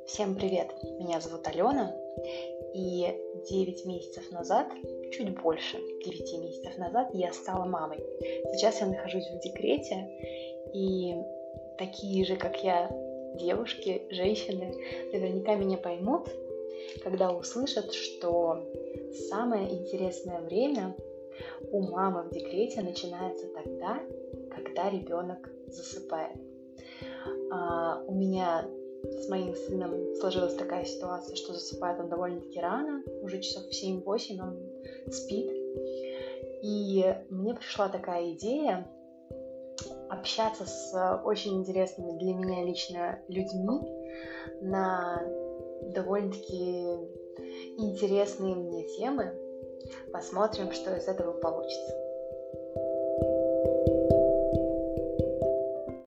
Всем привет! Меня зовут Алена, и 9 месяцев назад, чуть больше 9 месяцев назад я стала мамой. Сейчас я нахожусь в декрете, и такие же, как я, девушки, женщины наверняка меня поймут, когда услышат, что самое интересное время у мамы в декрете начинается тогда, когда ребенок засыпает. У меня с моим сыном сложилась такая ситуация, что засыпает он довольно-таки рано, уже часов в 7-8 он спит. И мне пришла такая идея общаться с очень интересными для меня лично людьми на довольно-таки интересные мне темы. Посмотрим, что из этого получится.